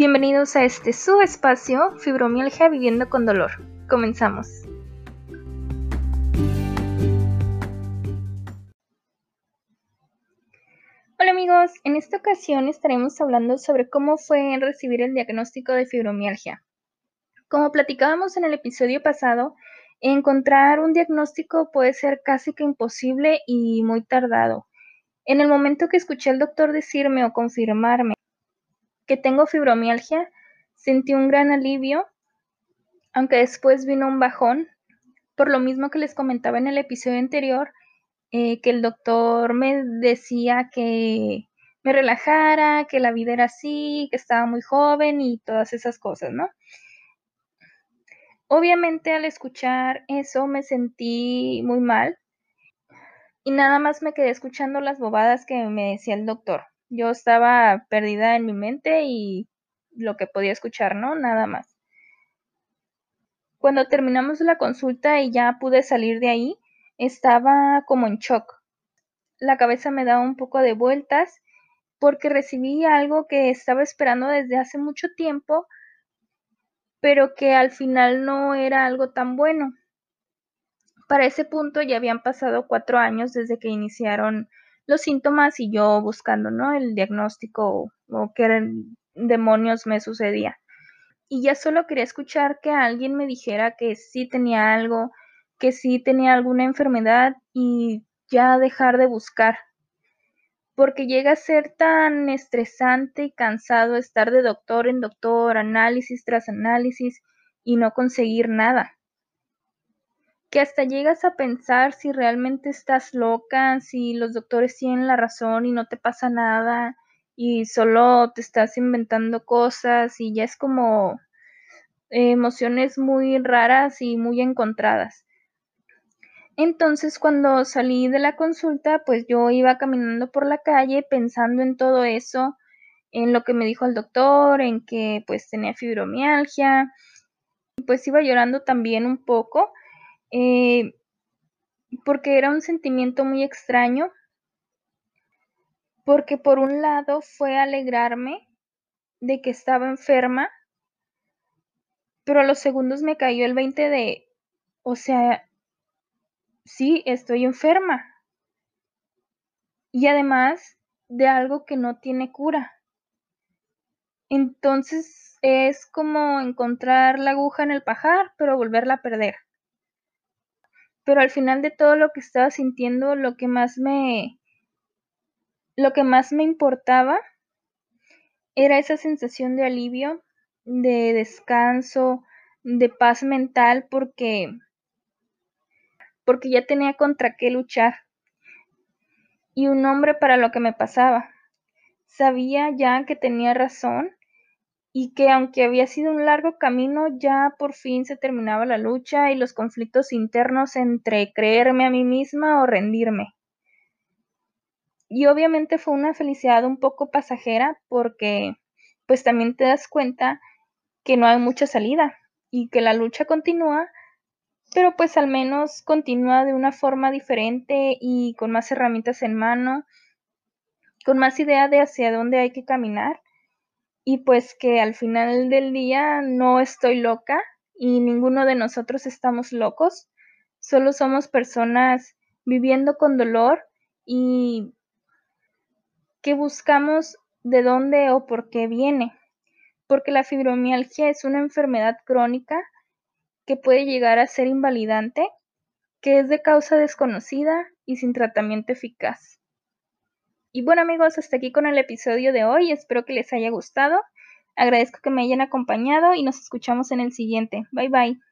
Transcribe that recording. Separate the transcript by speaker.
Speaker 1: Bienvenidos a este su espacio, Fibromialgia viviendo con dolor. Comenzamos. Hola amigos, en esta ocasión estaremos hablando sobre cómo fue recibir el diagnóstico de fibromialgia. Como platicábamos en el episodio pasado, encontrar un diagnóstico puede ser casi que imposible y muy tardado. En el momento que escuché al doctor decirme o confirmarme que tengo fibromialgia, sentí un gran alivio, aunque después vino un bajón, por lo mismo que les comentaba en el episodio anterior, que el doctor me decía que me relajara, que la vida era así, que estaba muy joven y todas esas cosas, ¿no? Obviamente al escuchar eso me sentí muy mal y nada más me quedé escuchando las bobadas que me decía el doctor. Yo estaba perdida en mi mente y lo que podía escuchar, ¿no? Nada más. Cuando terminamos la consulta y ya pude salir de ahí, estaba como en shock. La cabeza me daba un poco de vueltas porque recibí algo que estaba esperando desde hace mucho tiempo, pero que al final no era algo tan bueno. Para ese punto ya habían pasado 4 años desde que iniciaron los síntomas y yo buscando, ¿no?, el diagnóstico o qué demonios me sucedía. Y ya solo quería escuchar que alguien me dijera que sí tenía algo, que sí tenía alguna enfermedad y ya dejar de buscar. Porque llega a ser tan estresante y cansado estar de doctor en doctor, análisis tras análisis y no conseguir nada. Que hasta llegas a pensar si realmente estás loca, si los doctores tienen la razón y no te pasa nada y solo te estás inventando cosas y ya es como emociones muy raras y muy encontradas. Entonces, cuando salí de la consulta, pues yo iba caminando por la calle pensando en todo eso, en lo que me dijo el doctor, en que pues tenía fibromialgia, y pues iba llorando también un poco, porque era un sentimiento muy extraño, porque por un lado fue alegrarme de que estaba enferma, pero a los segundos me cayó el 20 de, o sea, sí, estoy enferma. Y además de algo que no tiene cura. Entonces es como encontrar la aguja en el pajar, pero volverla a perder. Pero al final de todo lo que estaba sintiendo, lo que más me importaba era esa sensación de alivio, de descanso, de paz mental, porque ya tenía contra qué luchar y un nombre para lo que me pasaba. Sabía ya que tenía razón y que aunque había sido un largo camino, ya por fin se terminaba la lucha y los conflictos internos entre creerme a mí misma o rendirme. Y obviamente fue una felicidad un poco pasajera porque pues también te das cuenta que no hay mucha salida y que la lucha continúa, pero pues al menos continúa de una forma diferente y con más herramientas en mano, con más idea de hacia dónde hay que caminar. Y pues que al final del día no estoy loca y ninguno de nosotros estamos locos, solo somos personas viviendo con dolor y que buscamos de dónde o por qué viene, porque la fibromialgia es una enfermedad crónica que puede llegar a ser invalidante, que es de causa desconocida y sin tratamiento eficaz. Y bueno amigos, hasta aquí con el episodio de hoy, espero que les haya gustado. Agradezco que me hayan acompañado y nos escuchamos en el siguiente. Bye bye.